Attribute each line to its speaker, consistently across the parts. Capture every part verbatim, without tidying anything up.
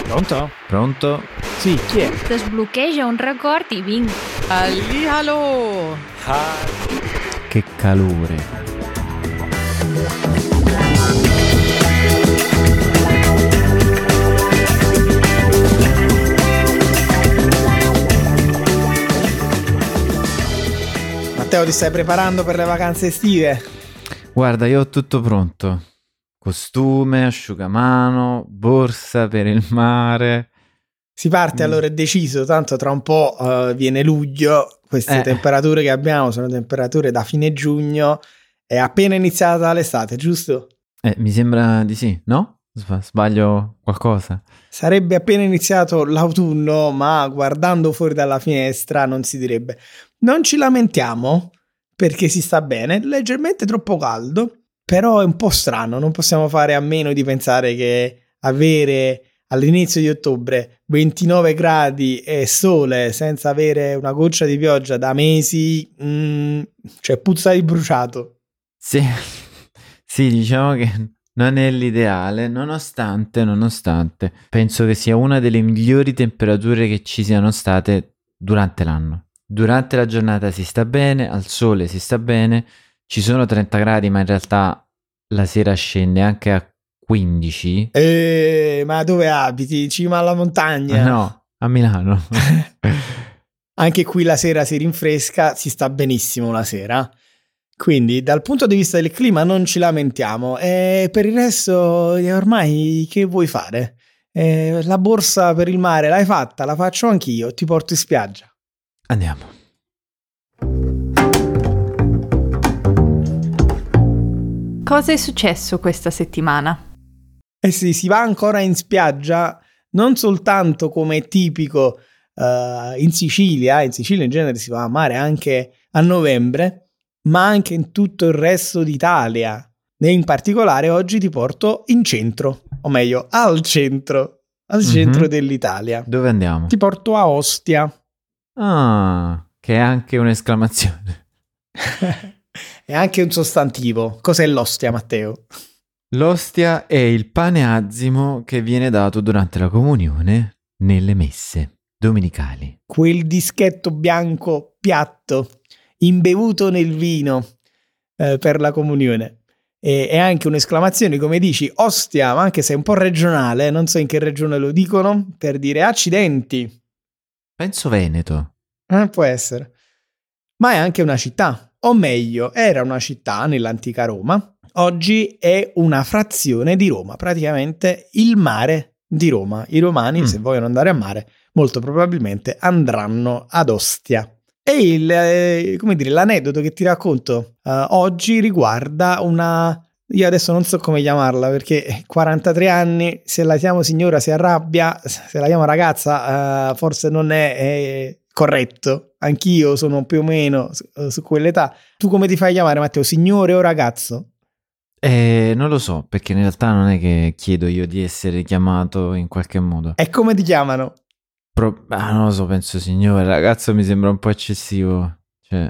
Speaker 1: Pronto?
Speaker 2: Pronto?
Speaker 1: Sì, chi è?
Speaker 3: Sbloccheggia un record i vinc.
Speaker 4: Allihalo!
Speaker 2: Che calore.
Speaker 1: Matteo, ti stai preparando per le vacanze estive?
Speaker 2: Guarda, io ho tutto pronto. Costume, asciugamano, borsa per il mare.
Speaker 1: Si parte
Speaker 2: Mm.
Speaker 1: allora, è deciso, tanto tra un po' uh, viene luglio, queste
Speaker 2: Eh.
Speaker 1: temperature che abbiamo sono temperature da fine giugno, è appena iniziata l'estate, giusto?
Speaker 2: Eh, mi sembra di sì, no? Sba- Sbaglio qualcosa?
Speaker 1: Sarebbe appena iniziato l'autunno, ma guardando fuori dalla finestra non si direbbe. Non ci lamentiamo perché si sta bene, leggermente troppo caldo, però è un po' strano, non possiamo fare a meno di pensare che avere all'inizio di ottobre ventinove gradi e sole senza avere una goccia di pioggia da mesi, mm, cioè puzza di bruciato.
Speaker 2: Sì, sì, diciamo che non è l'ideale, nonostante, nonostante, penso che sia una delle migliori temperature che ci siano state durante l'anno. Durante la giornata si sta bene, al sole si sta bene, ci sono trenta gradi, ma in realtà la sera scende anche a quindici.
Speaker 1: Eh, ma dove abiti? In cima alla montagna?
Speaker 2: No, a Milano.
Speaker 1: Anche qui la sera si rinfresca, si sta benissimo la sera. Quindi dal punto di vista del clima non ci lamentiamo. E per il resto eh, ormai che vuoi fare? Eh, la borsa per il mare l'hai fatta? La faccio anch'io, ti porto in spiaggia.
Speaker 2: Andiamo.
Speaker 4: Cosa è successo questa settimana?
Speaker 1: Eh sì, si va ancora in spiaggia non soltanto come è tipico uh, in Sicilia, in Sicilia in genere si va a mare anche a novembre, ma anche in tutto il resto d'Italia. E in particolare oggi ti porto in centro, o meglio al centro, al
Speaker 2: Mhm.
Speaker 1: centro dell'Italia.
Speaker 2: Dove andiamo?
Speaker 1: Ti porto a Ostia.
Speaker 2: Ah, che è anche un'esclamazione.
Speaker 1: È anche un sostantivo. Cos'è l'Ostia, Matteo?
Speaker 2: L'ostia è il pane azimo che viene dato durante la comunione nelle messe domenicali.
Speaker 1: Quel dischetto bianco piatto imbevuto nel vino eh, per la comunione. E, è anche un'esclamazione, come dici, Ostia, ma anche se è un po' regionale, non so in che regione lo dicono, per dire accidenti.
Speaker 2: Penso Veneto.
Speaker 1: Eh, può essere. Ma è anche una città, o meglio, era una città nell'antica Roma. Oggi è una frazione di Roma, praticamente il mare di Roma. I romani,
Speaker 2: Mm.
Speaker 1: se vogliono andare a mare, molto probabilmente andranno ad Ostia. E il, eh, come dire, l'aneddoto che ti racconto eh, oggi riguarda una... Io adesso non so come chiamarla, perché quarantatré anni, se la chiamo signora si arrabbia, se la chiamo ragazza eh, forse non è, è corretto. Anch'io sono più o meno su, su quell'età. Tu come ti fai chiamare, Matteo? Signore o ragazzo?
Speaker 2: Eh, non lo so, perché in realtà non è che chiedo io di essere chiamato in qualche modo.
Speaker 1: E come ti chiamano?
Speaker 2: Pro- ah, non lo so, penso signore, ragazzo mi sembra un po' eccessivo. Cioè,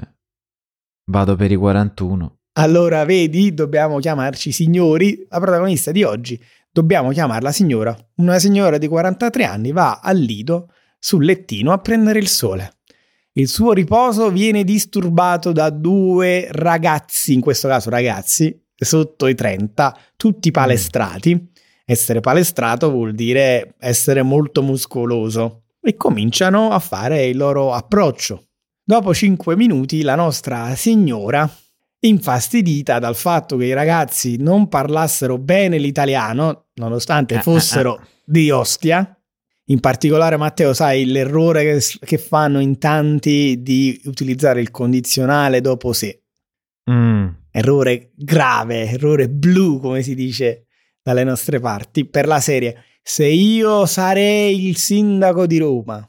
Speaker 2: vado per i quarantuno.
Speaker 1: Allora, vedi, dobbiamo chiamarci signori. La protagonista di oggi, dobbiamo chiamarla signora. Una signora di quarantatré anni va al lido sul lettino a prendere il sole. Il suo riposo viene disturbato da due ragazzi, in questo caso ragazzi, sotto i trenta, tutti palestrati. Essere palestrato vuol dire essere molto muscoloso. E cominciano a fare il loro approccio. Dopo cinque minuti la nostra signora, infastidita dal fatto che i ragazzi non parlassero bene l'italiano, nonostante fossero di Ostia, in particolare Matteo, sai l'errore che, che fanno in tanti di utilizzare il condizionale dopo se.
Speaker 2: Mm.
Speaker 1: Errore grave, errore blu come si dice dalle nostre parti, per la serie se io sarei il sindaco di Roma.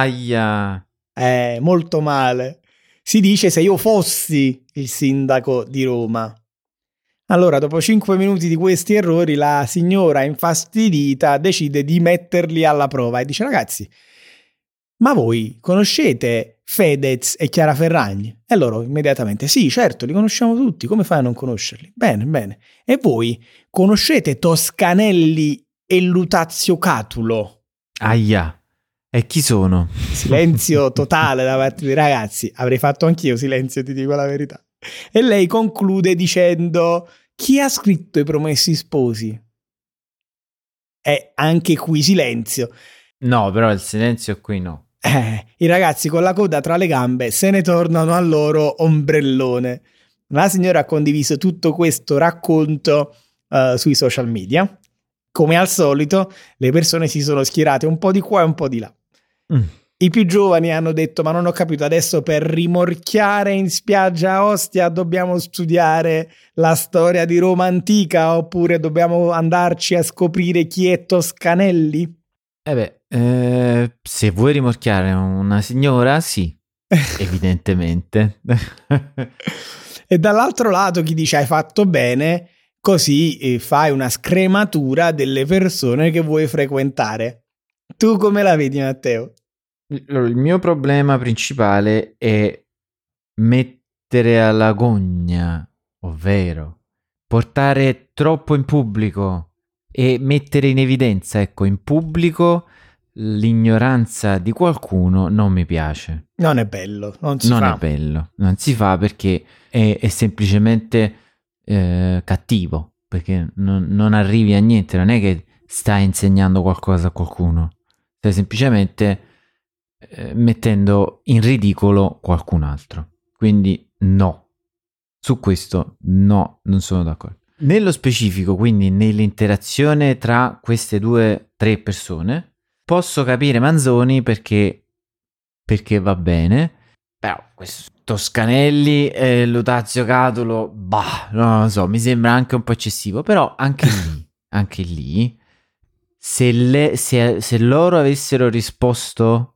Speaker 2: Aia.
Speaker 1: È molto male. Si dice se io fossi il sindaco di Roma. Allora, dopo cinque minuti di questi errori, la signora infastidita decide di metterli alla prova e dice: ragazzi, ma voi conoscete Fedez e Chiara Ferragni? E loro immediatamente: sì, certo, li conosciamo tutti, come fai a non conoscerli? Bene, bene. E voi conoscete Toscanelli e Lutazio Catulo?
Speaker 2: Aia. E chi sono?
Speaker 1: Silenzio totale da parte dei ragazzi. Avrei fatto anch'io silenzio, ti dico la verità. E lei conclude dicendo: chi ha scritto I Promessi Sposi? E anche qui silenzio.
Speaker 2: No, però il silenzio qui no.
Speaker 1: Eh, i ragazzi con la coda tra le gambe se ne tornano al loro ombrellone. La signora ha condiviso tutto questo racconto uh, sui social media. Come al solito, le persone si sono schierate un po' di qua e un po' di là. Mm. I più giovani hanno detto: ma non ho capito, adesso per rimorchiare in spiaggia a Ostia dobbiamo studiare la storia di Roma antica, oppure dobbiamo andarci a scoprire chi è Toscanelli?
Speaker 2: Eh beh, eh, se vuoi rimorchiare una signora, sì, evidentemente.
Speaker 1: E dall'altro lato chi dice: hai fatto bene, così eh, fai una scrematura delle persone che vuoi frequentare. Tu come la vedi, Matteo?
Speaker 2: Il mio problema principale è mettere alla gogna, ovvero portare troppo in pubblico e mettere in evidenza, ecco, in pubblico l'ignoranza di qualcuno non mi piace.
Speaker 1: Non è bello, non si
Speaker 2: non
Speaker 1: fa.
Speaker 2: Non è bello, non si fa perché è, è semplicemente eh, cattivo, perché non, non arrivi a niente, non è che stai insegnando qualcosa a qualcuno, stai semplicemente eh, mettendo in ridicolo qualcun altro. Quindi no, su questo no, non sono d'accordo. Nello specifico, quindi nell'interazione tra queste due, tre persone, posso capire Manzoni perché, perché va bene, però questo Toscanelli e Lutazio Catulo, bah, non lo so, mi sembra anche un po' eccessivo, però anche lì, anche lì, se, le, se, se loro avessero risposto,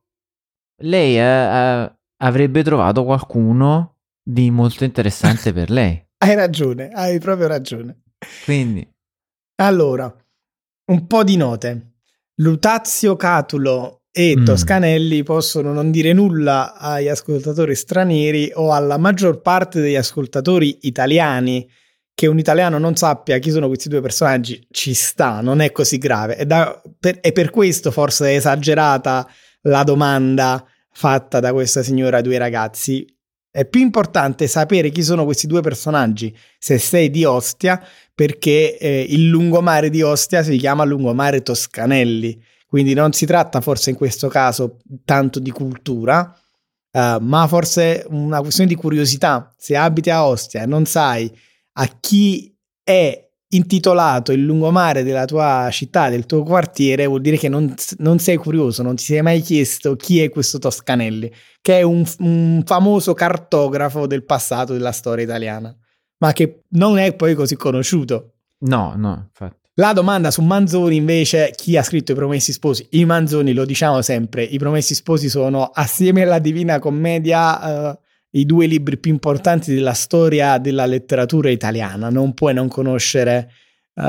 Speaker 2: lei eh, avrebbe trovato qualcuno di molto interessante per lei.
Speaker 1: Hai ragione, hai proprio ragione.
Speaker 2: Quindi,
Speaker 1: allora, un po' di note. Lutazio Catulo e mm. Toscanelli possono non dire nulla agli ascoltatori stranieri o alla maggior parte degli ascoltatori italiani. Che un italiano non sappia chi sono questi due personaggi ci sta, non è così grave. E, da, per, e per questo forse è esagerata la domanda fatta da questa signora ai due ragazzi. È più importante sapere chi sono questi due personaggi se sei di Ostia, perché eh, il lungomare di Ostia si chiama lungomare Toscanelli, quindi non si tratta forse in questo caso tanto di cultura, uh, ma forse una questione di curiosità. Se abiti a Ostia e non sai a chi è intitolato il lungomare della tua città, del tuo quartiere, vuol dire che non, non sei curioso, non ti sei mai chiesto chi è questo Toscanelli, che è un, un famoso cartografo del passato della storia italiana, ma che non è poi così conosciuto.
Speaker 2: No, no, infatti.
Speaker 1: La domanda su Manzoni invece: chi ha scritto I Promessi Sposi? I Manzoni, lo diciamo sempre, I Promessi Sposi sono, assieme alla Divina Commedia, uh, i due libri più importanti della storia della letteratura italiana. Non puoi non conoscere uh,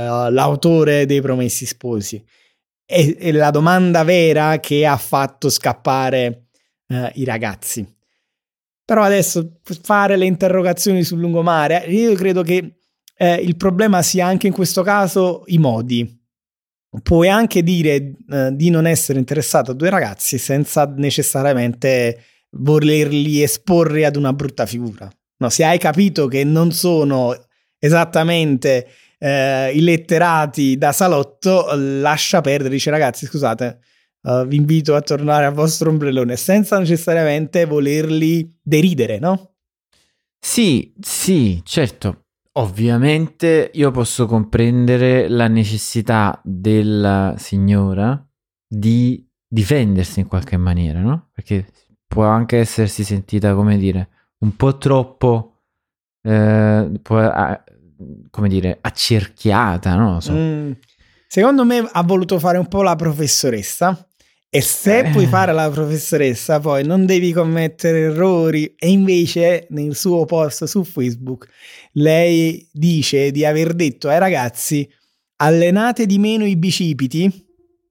Speaker 1: l'autore dei Promessi Sposi. È, è la domanda vera che ha fatto scappare uh, i ragazzi. Però adesso fare le interrogazioni sul lungomare, io credo che eh, il problema sia anche in questo caso i modi. Puoi anche dire eh, di non essere interessato a due ragazzi senza necessariamente volerli esporre ad una brutta figura. No, se hai capito che non sono esattamente eh, i letterati da salotto, lascia perdere, dice: ragazzi, scusate, uh, vi invito a tornare al vostro ombrellone, senza necessariamente volerli deridere, no?
Speaker 2: Sì, sì, certo. Ovviamente io posso comprendere la necessità della signora di difendersi in qualche maniera, no? Perché può anche essersi sentita, come dire, un po' troppo, eh, può, ah, come dire, accerchiata, non lo so.
Speaker 1: Mm. Secondo me ha voluto fare un po' la professoressa, e se eh. puoi fare la professoressa poi non devi commettere errori. E invece nel suo post su Facebook lei dice di aver detto ai ragazzi: allenate di meno i bicipiti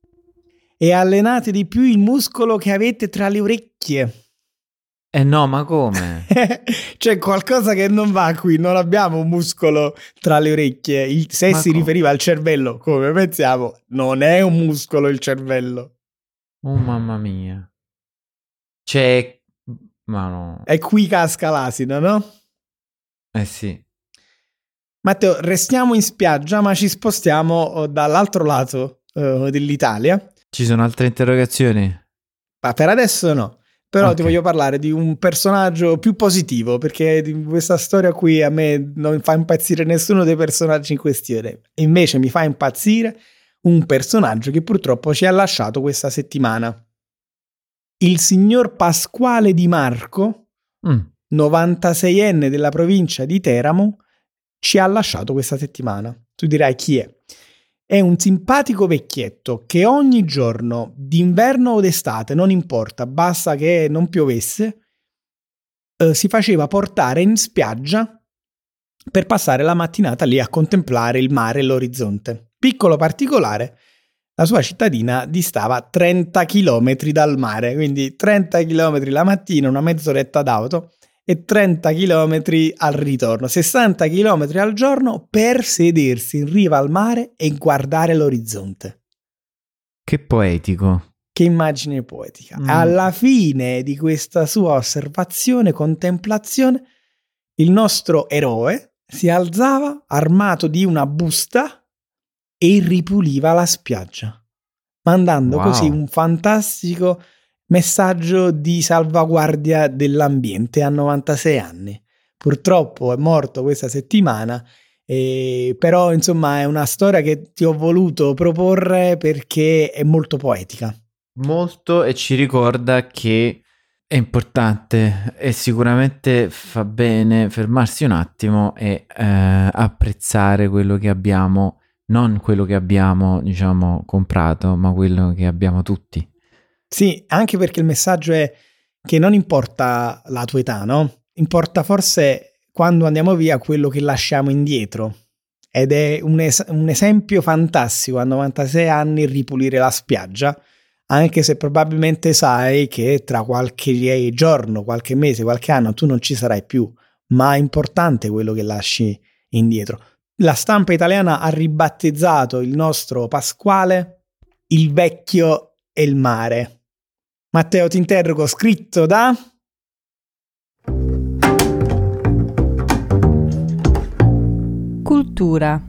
Speaker 1: e allenate di più il muscolo che avete tra le orecchie.
Speaker 2: Eh no, ma come?
Speaker 1: C'è qualcosa che non va qui, non abbiamo un muscolo tra le orecchie. Il, se ma si come? Riferiva al cervello, come pensiamo, non è un muscolo il cervello.
Speaker 2: Oh mamma mia. Cioè, ma no.
Speaker 1: E qui casca l'asino, no?
Speaker 2: Eh sì.
Speaker 1: Matteo, restiamo in spiaggia, ma ci spostiamo dall'altro lato uh, dell'Italia.
Speaker 2: Ci sono altre interrogazioni?
Speaker 1: Ma per adesso no. Però
Speaker 2: Ok.
Speaker 1: ti voglio parlare di un personaggio più positivo, perché di questa storia qui a me non fa impazzire nessuno dei personaggi in questione. Invece mi fa impazzire un personaggio che purtroppo ci ha lasciato questa settimana. Il signor Pasquale Di Marco,
Speaker 2: Mm.
Speaker 1: novantaseienne della provincia di Teramo, ci ha lasciato questa settimana. Tu dirai chi è? È un simpatico vecchietto che ogni giorno, d'inverno o d'estate, non importa, basta che non piovesse, eh, si faceva portare in spiaggia per passare la mattinata lì a contemplare il mare e l'orizzonte. Piccolo particolare, la sua cittadina distava trenta chilometri dal mare, quindi trenta chilometri la mattina, una mezz'oretta d'auto, e trenta chilometri al ritorno, sessanta chilometri al giorno per sedersi in riva al mare e guardare l'orizzonte.
Speaker 2: Che poetico.
Speaker 1: Che immagine poetica.
Speaker 2: Mm.
Speaker 1: Alla fine di questa sua osservazione, contemplazione, il nostro eroe si alzava armato di una busta e ripuliva la spiaggia, mandando
Speaker 2: Wow.
Speaker 1: così un fantastico messaggio di salvaguardia dell'ambiente a novantasei anni. Purtroppo è morto questa settimana, eh, però insomma è una storia che ti ho voluto proporre perché è molto poetica.
Speaker 2: Molto, e ci ricorda che è importante e sicuramente fa bene fermarsi un attimo e eh, apprezzare quello che abbiamo, non quello che abbiamo, diciamo, comprato, ma quello che abbiamo tutti.
Speaker 1: Sì, anche perché il messaggio è che non importa la tua età, no? Importa forse quando andiamo via quello che lasciamo indietro. Ed è un, es- un esempio fantastico a novantasei anni ripulire la spiaggia, anche se probabilmente sai che tra qualche giorno, qualche mese, qualche anno tu non ci sarai più, ma è importante quello che lasci indietro. La stampa italiana ha ribattezzato il nostro Pasquale il vecchio e il mare. Matteo, ti interrogo, scritto da...
Speaker 4: Cultura.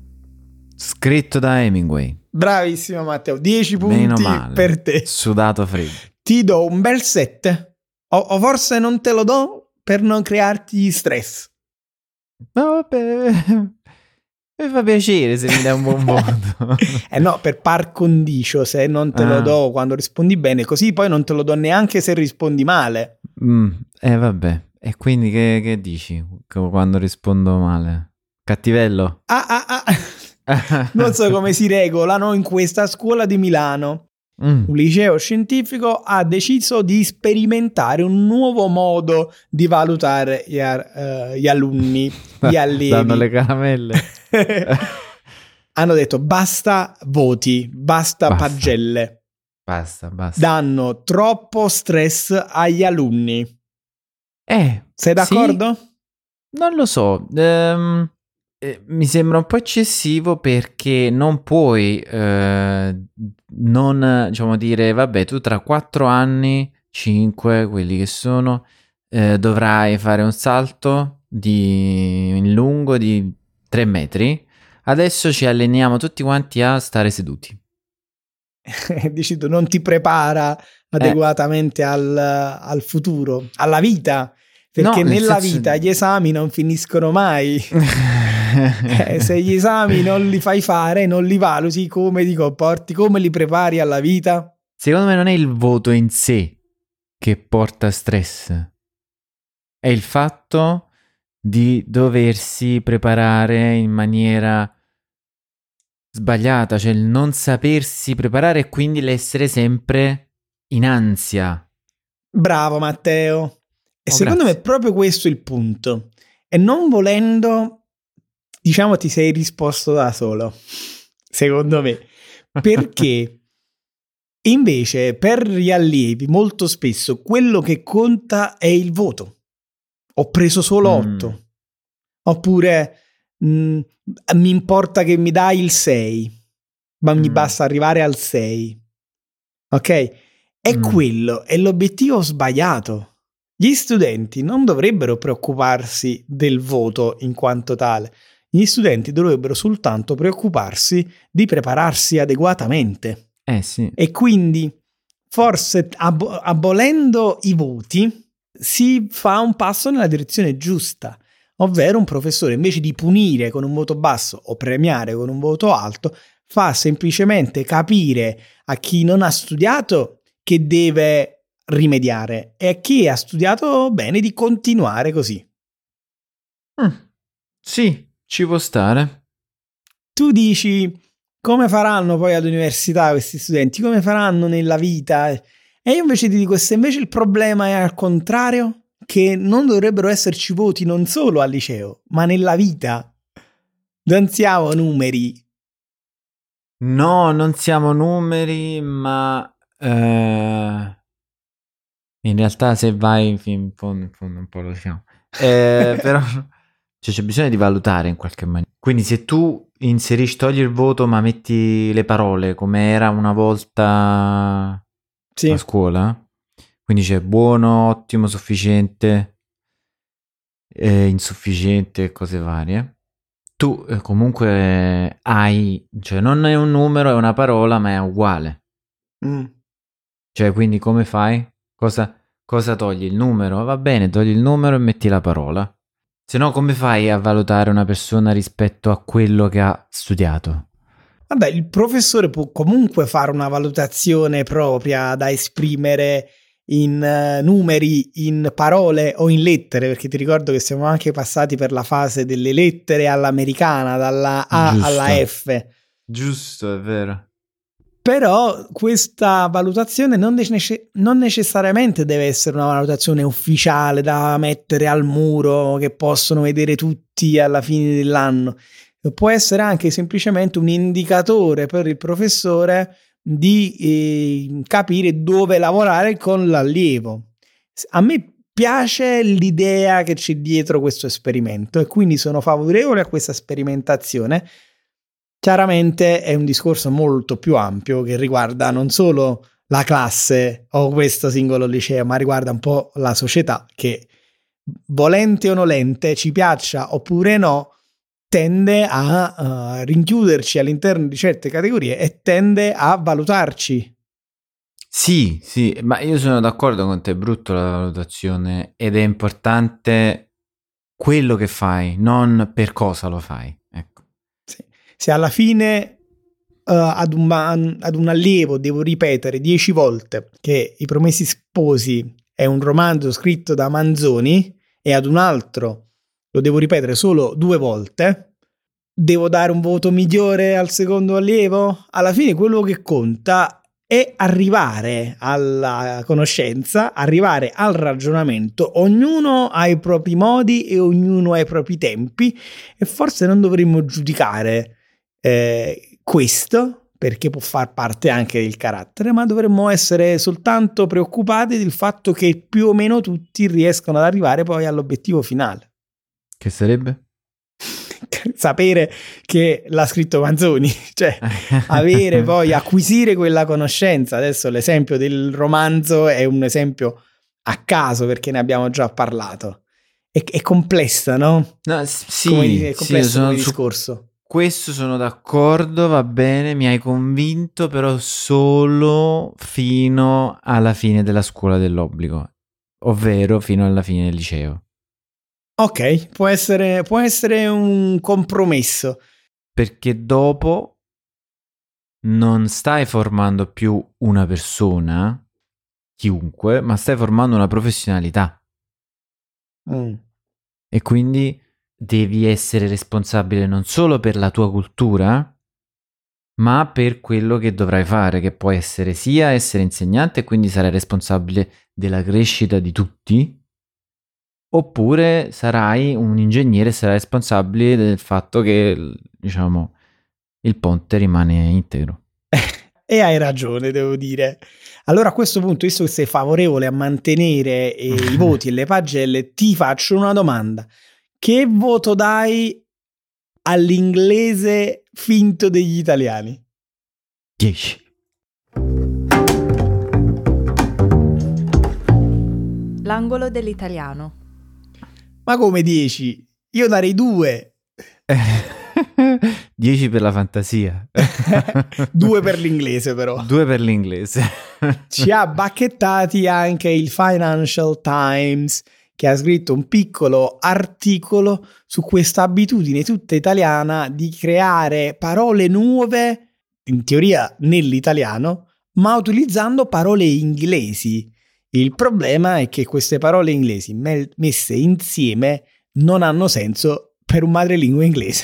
Speaker 2: Scritto da Hemingway.
Speaker 1: Bravissimo Matteo, dieci
Speaker 2: Meno
Speaker 1: punti
Speaker 2: male.
Speaker 1: per te.
Speaker 2: Sudato freddo.
Speaker 1: Ti do un bel sette, o, o forse non te lo do per non crearti stress.
Speaker 2: No, vabbè. Mi fa piacere se mi dai un buon voto.
Speaker 1: Eh no, per par condicio, se non te
Speaker 2: Ah.
Speaker 1: lo do quando rispondi bene, così poi non te lo do neanche se rispondi male.
Speaker 2: Mm, eh vabbè. E quindi che, che dici quando rispondo male? Cattivello?
Speaker 1: Ah, ah, ah. Non so come si regolano in questa scuola di Milano.
Speaker 2: Mm.
Speaker 1: Un liceo scientifico ha deciso di sperimentare un nuovo modo di valutare gli, uh, gli alunni, gli allievi.
Speaker 2: Danno le caramelle.
Speaker 1: Hanno detto basta voti, basta,
Speaker 2: Basta.
Speaker 1: pagelle.
Speaker 2: Basta, basta.
Speaker 1: Danno troppo stress agli alunni.
Speaker 2: Eh,
Speaker 1: Sei d'accordo?
Speaker 2: sì? Non lo so. Ehm, eh, mi sembra un po' eccessivo perché non puoi eh, non, diciamo, dire vabbè, tu tra quattro anni, cinque, quelli che sono, eh, dovrai fare un salto di in lungo di tre metri. Adesso ci alleniamo tutti quanti a stare seduti.
Speaker 1: Dici tu, non ti prepara adeguatamente eh. al, al futuro, alla vita, perché
Speaker 2: no,
Speaker 1: nella
Speaker 2: senso...
Speaker 1: vita gli esami non finiscono mai. eh, se gli esami non li fai fare, non li valuti, come ti comporti, come li prepari alla vita?
Speaker 2: Secondo me non è il voto in sé che porta stress, è il fatto di doversi preparare in maniera sbagliata, cioè il non sapersi preparare e quindi l'essere sempre in ansia.
Speaker 1: Bravo Matteo. E
Speaker 2: oh,
Speaker 1: secondo
Speaker 2: grazie.
Speaker 1: me è proprio questo il punto. E non volendo, diciamo, ti sei risposto da solo. Secondo me. Perché invece per gli allievi molto spesso quello che conta è il voto. Ho preso solo otto. Mm. Oppure mh, mi importa che mi dai il sei, ma mm. mi basta arrivare al sei. Ok? È
Speaker 2: Mm.
Speaker 1: quello, è l'obiettivo sbagliato. Gli studenti non dovrebbero preoccuparsi del voto in quanto tale. Gli studenti dovrebbero soltanto preoccuparsi di prepararsi adeguatamente.
Speaker 2: Eh sì.
Speaker 1: E quindi forse abo- abolendo i voti si fa un passo nella direzione giusta, ovvero un professore invece di punire con un voto basso o premiare con un voto alto fa semplicemente capire a chi non ha studiato che deve rimediare e a chi ha studiato bene di continuare così.
Speaker 2: Mm. Sì, ci può stare.
Speaker 1: Tu dici come faranno poi all'università questi studenti, come faranno nella vita? E io invece ti dico, se invece il problema è al contrario, che non dovrebbero esserci voti non solo al liceo, ma nella vita. Non siamo numeri.
Speaker 2: No, non siamo numeri, ma eh, in realtà se vai in fin- in fondo, in fondo un po' lo siamo. Eh, però cioè, c'è bisogno di valutare in qualche maniera. Quindi se tu inserisci, togli il voto ma metti le parole come era una volta
Speaker 1: Sì.
Speaker 2: a scuola, quindi c'è buono, ottimo, sufficiente, eh, insufficiente e cose varie. Tu eh, comunque hai, cioè non è un numero, è una parola, ma è uguale.
Speaker 1: Mm.
Speaker 2: Cioè, quindi come fai? Cosa, cosa togli? Il numero? Va bene, togli il numero e metti la parola. Se no, come fai a valutare una persona rispetto a quello che ha studiato?
Speaker 1: Vabbè, il professore può comunque fare una valutazione propria da esprimere in uh, numeri, in parole o in lettere, perché ti ricordo che siamo anche passati per la fase delle lettere all'americana, dalla A
Speaker 2: Giusto.
Speaker 1: alla F.
Speaker 2: Giusto, è vero.
Speaker 1: Però questa valutazione non, nece- non necessariamente deve essere una valutazione ufficiale da mettere al muro, che possono vedere tutti alla fine dell'anno. Può essere anche semplicemente un indicatore per il professore di eh, capire dove lavorare con l'allievo. A me piace l'idea che c'è dietro questo esperimento e quindi sono favorevole a questa sperimentazione. Chiaramente è un discorso molto più ampio che riguarda non solo la classe o questo singolo liceo, ma riguarda un po' la società che, volente o nolente, ci piaccia oppure no, tende a uh, rinchiuderci all'interno di certe categorie e tende a valutarci.
Speaker 2: Sì, sì, ma io sono d'accordo con te, è brutto la valutazione ed è importante quello che fai, non per cosa lo fai. Ecco.
Speaker 1: Sì. Se alla fine uh, ad, un, ad un allievo devo ripetere dieci volte che I Promessi Sposi è un romanzo scritto da Manzoni e ad un altro lo devo ripetere solo due volte, devo dare un voto migliore al secondo allievo? Alla fine quello che conta è arrivare alla conoscenza, arrivare al ragionamento. Ognuno ha i propri modi e ognuno ha i propri tempi e forse non dovremmo giudicare eh, questo, perché può far parte anche del carattere, ma dovremmo essere soltanto preoccupati del fatto che più o meno tutti riescono ad arrivare poi all'obiettivo finale.
Speaker 2: Che sarebbe?
Speaker 1: Sapere che l'ha scritto Manzoni, cioè avere poi, acquisire quella conoscenza. Adesso l'esempio del romanzo è un esempio a caso perché ne abbiamo già parlato. È, è complessa, no?
Speaker 2: No, sì,
Speaker 1: come, è complesso
Speaker 2: sì, sono
Speaker 1: come
Speaker 2: su
Speaker 1: discorso.
Speaker 2: questo sono d'accordo, va bene, mi hai convinto, però solo fino alla fine della scuola dell'obbligo, ovvero fino alla fine del liceo.
Speaker 1: Ok, può essere, può essere un compromesso.
Speaker 2: Perché dopo non stai formando più una persona, chiunque, ma stai formando una professionalità.
Speaker 1: Mm.
Speaker 2: E quindi devi essere responsabile non solo per la tua cultura, ma per quello che dovrai fare, che può essere sia essere insegnante e quindi sarai responsabile della crescita di tutti, oppure sarai un ingegnere e sarai responsabile del fatto che, diciamo, il ponte rimane integro.
Speaker 1: E hai ragione, devo dire. Allora a questo punto, visto che sei favorevole a mantenere eh, i voti e le pagelle, ti faccio una domanda. Che voto dai all'inglese finto degli italiani?
Speaker 2: dieci.
Speaker 4: L'angolo dell'italiano.
Speaker 1: Ma come dieci? Io darei due.
Speaker 2: dieci per la fantasia.
Speaker 1: Due per l'inglese però.
Speaker 2: Due per l'inglese.
Speaker 1: Ci ha bacchettati anche il Financial Times, che ha scritto un piccolo articolo su questa abitudine tutta italiana di creare parole nuove, in teoria nell'italiano, ma utilizzando parole inglesi. Il problema è che queste parole inglesi me- messe insieme non hanno senso per un madrelingua inglese.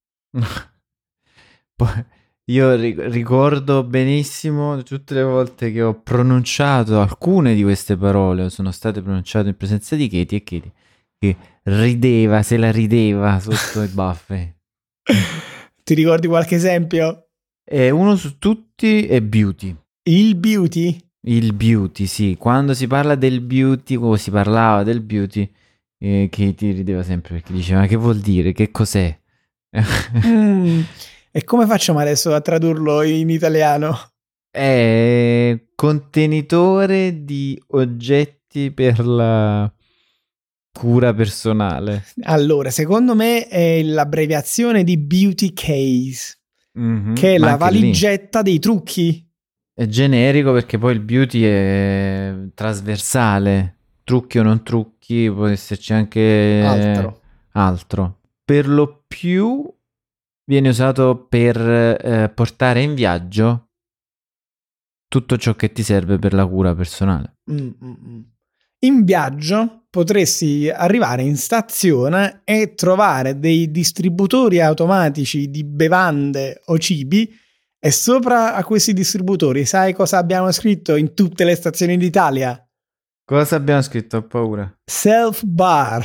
Speaker 2: Poi io ricordo benissimo tutte le volte che ho pronunciato alcune di queste parole, sono state pronunciate in presenza di Katie, e Katie che rideva, se la rideva sotto i baffi.
Speaker 1: Ti ricordi qualche esempio?
Speaker 2: E uno su tutti è beauty.
Speaker 1: Il beauty?
Speaker 2: Il beauty, sì. Quando si parla del beauty, o si parlava del beauty, eh, Katie rideva sempre perché diceva: ma che vuol dire? Che cos'è?
Speaker 1: mm. E come facciamo adesso a tradurlo in italiano?
Speaker 2: È contenitore di oggetti per la cura personale.
Speaker 1: Allora, secondo me è l'abbreviazione di beauty case,
Speaker 2: mm-hmm.
Speaker 1: che è
Speaker 2: Ma
Speaker 1: la valigetta
Speaker 2: lì
Speaker 1: dei trucchi.
Speaker 2: è generico perché poi il beauty è trasversale, trucchi o non trucchi, può esserci anche
Speaker 1: altro.
Speaker 2: altro. Per lo più viene usato per eh, portare in viaggio tutto ciò che ti serve per la cura personale.
Speaker 1: Mm-mm. In viaggio potresti arrivare in stazione e trovare dei distributori automatici di bevande o cibi, e sopra a questi distributori sai cosa abbiamo scritto in tutte le stazioni d'Italia?
Speaker 2: Cosa abbiamo scritto? Ho paura.
Speaker 1: Self bar.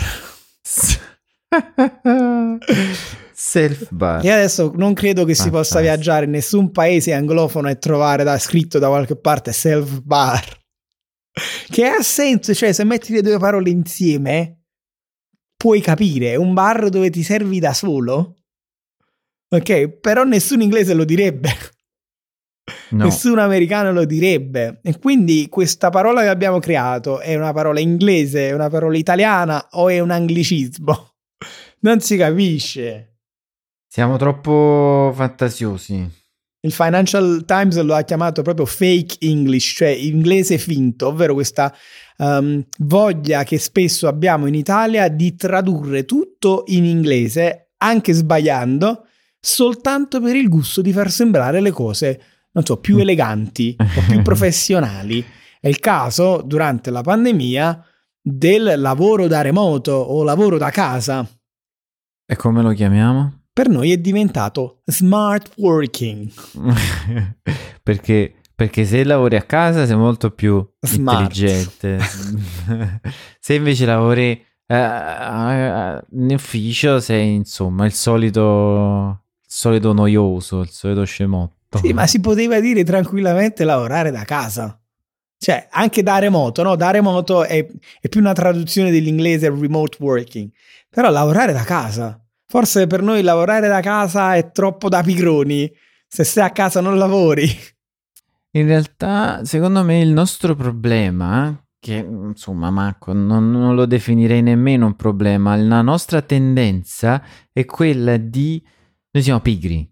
Speaker 2: Self bar.
Speaker 1: E adesso non credo che si
Speaker 2: Fantastico.
Speaker 1: possa viaggiare in nessun paese anglofono e trovare da scritto da qualche parte self bar, che ha senso, cioè se metti le due parole insieme puoi capire, è un bar dove ti servi da solo, ok? Però nessun inglese lo direbbe. No. Nessun americano lo direbbe, e quindi questa parola che abbiamo creato è una parola inglese, è una parola italiana o è un anglicismo? Non si capisce.
Speaker 2: Siamo troppo fantasiosi.
Speaker 1: Il Financial Times lo ha chiamato proprio fake English, cioè inglese finto, ovvero questa um, voglia che spesso abbiamo in Italia di tradurre tutto in inglese, anche sbagliando, soltanto per il gusto di far sembrare le cose, non so, più eleganti o più professionali. È il caso, durante la pandemia, del lavoro da remoto o lavoro da casa.
Speaker 2: E come lo chiamiamo?
Speaker 1: Per noi è diventato smart working.
Speaker 2: perché, perché se lavori a casa sei molto più smart. Intelligente. Se invece lavori uh, uh, in ufficio sei insomma il solito, il solito noioso, il solito scemotto.
Speaker 1: Sì, ma si poteva dire tranquillamente lavorare da casa. Cioè, anche da remoto, no? Da remoto è, è più una traduzione dell'inglese remote working. Però lavorare da casa. Forse per noi lavorare da casa è troppo da pigroni. Se stai a casa non lavori.
Speaker 2: In realtà, secondo me, il nostro problema, che insomma, Marco, non, non lo definirei nemmeno un problema, la nostra tendenza è quella di... Noi siamo pigri.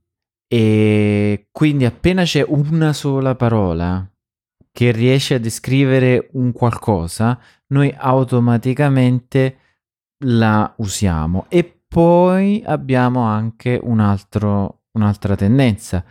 Speaker 2: E quindi appena c'è una sola parola che riesce a descrivere un qualcosa, noi automaticamente la usiamo. E poi abbiamo anche un altro, un'altra tendenza.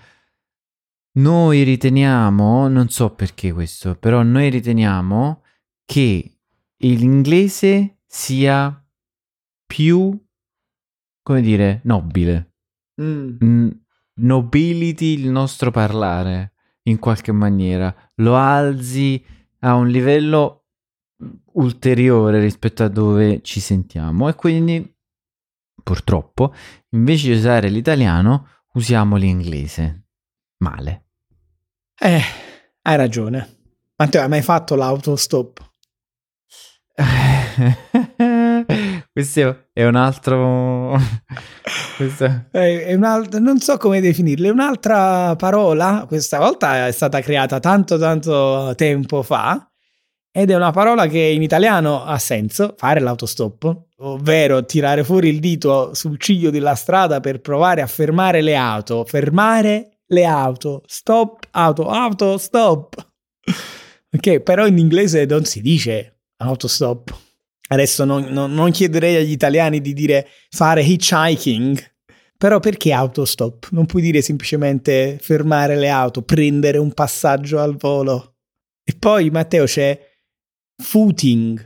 Speaker 2: Noi riteniamo, non so perché questo, però noi riteniamo che l'inglese sia più, come dire, nobile.
Speaker 1: Mm.
Speaker 2: N- nobiliti il nostro parlare in qualche maniera, lo alzi a un livello ulteriore rispetto a dove ci sentiamo, e quindi purtroppo invece di usare l'italiano usiamo l'inglese male.
Speaker 1: Eh, hai ragione. Matteo, hai mai fatto l'autostop?
Speaker 2: Questo è un altro... Questo...
Speaker 1: È un alt... Non so come definirlo, è un'altra parola, questa volta è stata creata tanto tanto tempo fa, ed è una parola che in italiano ha senso, fare l'autostop, ovvero tirare fuori il dito sul ciglio della strada per provare a fermare le auto, fermare le auto, stop, auto, auto, stop. Ok, però in inglese non si dice autostop. Adesso non, non, non chiederei agli italiani di dire fare hitchhiking, però perché autostop? Non puoi dire semplicemente fermare le auto, prendere un passaggio al volo. E poi, Matteo, c'è footing.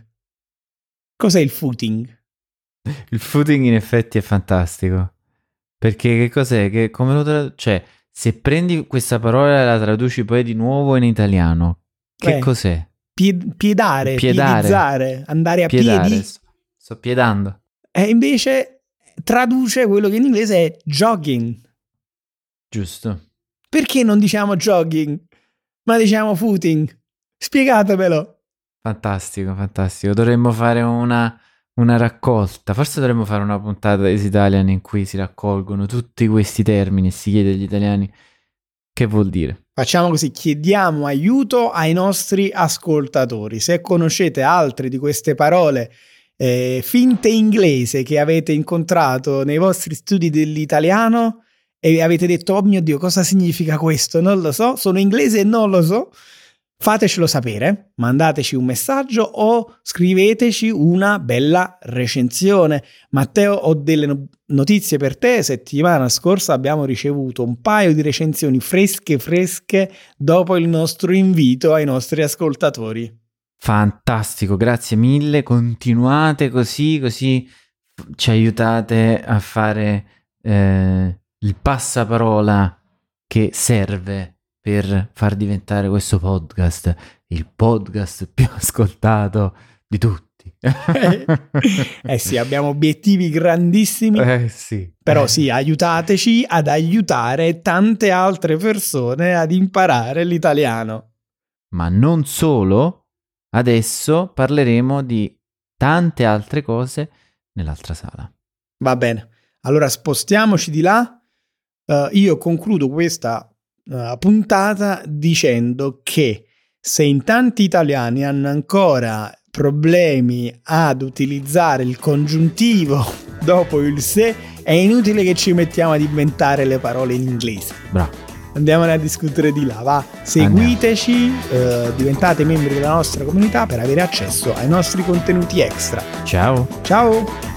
Speaker 1: Cos'è il footing?
Speaker 2: Il footing in effetti è fantastico, perché che cos'è? Che come lo tra- cioè, se prendi questa parola e la traduci poi di nuovo in italiano, che
Speaker 1: Beh,
Speaker 2: cos'è?
Speaker 1: Pie- piedare,
Speaker 2: Piedare.
Speaker 1: piedizzare, andare a
Speaker 2: Piedare,
Speaker 1: piedi.
Speaker 2: sto, sto piedando.
Speaker 1: E invece traduce quello che in inglese è jogging.
Speaker 2: Giusto.
Speaker 1: Perché non diciamo jogging, ma diciamo footing? Spiegatemelo.
Speaker 2: Fantastico, fantastico. Dovremmo fare una, una raccolta. Forse dovremmo fare una puntata di Easy Italian in cui si raccolgono tutti questi termini e si chiede agli italiani che vuol dire.
Speaker 1: Facciamo così, chiediamo aiuto ai nostri ascoltatori. Se conoscete altre di queste parole eh, finte inglese che avete incontrato nei vostri studi dell'italiano e avete detto, oh mio Dio, cosa significa questo? Non lo so, sono inglese e non lo so. Fatecelo sapere, mandateci un messaggio o scriveteci una bella recensione. Matteo, ho delle no- notizie per te. Settimana scorsa abbiamo ricevuto un paio di recensioni fresche fresche dopo il nostro invito ai nostri ascoltatori.
Speaker 2: Fantastico, grazie mille. Continuate così, così ci aiutate a fare eh, il passaparola che serve per far diventare questo podcast il podcast più ascoltato di tutti.
Speaker 1: Eh sì, abbiamo obiettivi grandissimi,
Speaker 2: Eh sì.
Speaker 1: però sì, aiutateci ad aiutare tante altre persone ad imparare l'italiano.
Speaker 2: Ma non solo, adesso parleremo di tante altre cose nell'altra sala.
Speaker 1: Va bene, allora spostiamoci di là. Uh, io concludo questa uh, puntata dicendo che se in tanti italiani hanno ancora problemi ad utilizzare il congiuntivo dopo il se, è inutile che ci mettiamo ad inventare le parole in inglese.
Speaker 2: Bravo.
Speaker 1: Andiamone a discutere di là, va. Seguiteci, eh, diventate membri della nostra comunità per avere accesso ai nostri contenuti extra.
Speaker 2: Ciao.
Speaker 1: Ciao!